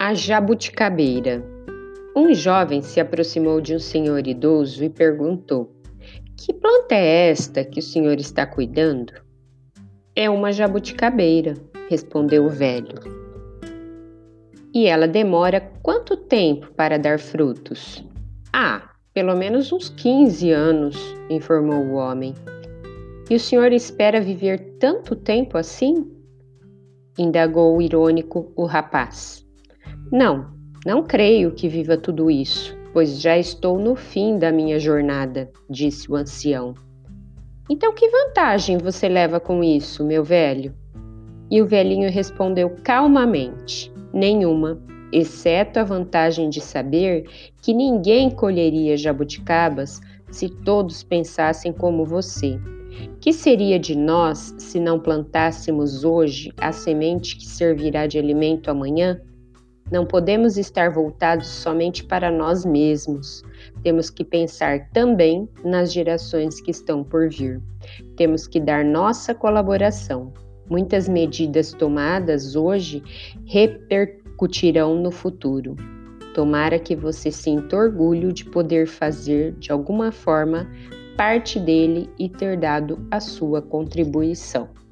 A jabuticabeira. Um jovem se aproximou de um senhor idoso e perguntou: Que planta é esta que o senhor está cuidando? É uma jabuticabeira, respondeu o velho. E ela demora quanto tempo para dar frutos? Pelo menos uns 15 anos, informou o homem. E o senhor espera viver tanto tempo assim? Indagou irônico o rapaz. Não, não creio que viva tudo isso, pois já estou no fim da minha jornada, disse o ancião. Então que vantagem você leva com isso, meu velho? E o velhinho respondeu calmamente: Nenhuma, exceto a vantagem de saber que ninguém colheria jabuticabas se todos pensassem como você. Que seria de nós se não plantássemos hoje a semente que servirá de alimento amanhã? Não podemos estar voltados somente para nós mesmos. Temos que pensar também nas gerações que estão por vir. Temos que dar nossa colaboração. Muitas medidas tomadas hoje repercutirão no futuro. Tomara que você sinta orgulho de poder fazer, de alguma forma, parte dele e ter dado a sua contribuição.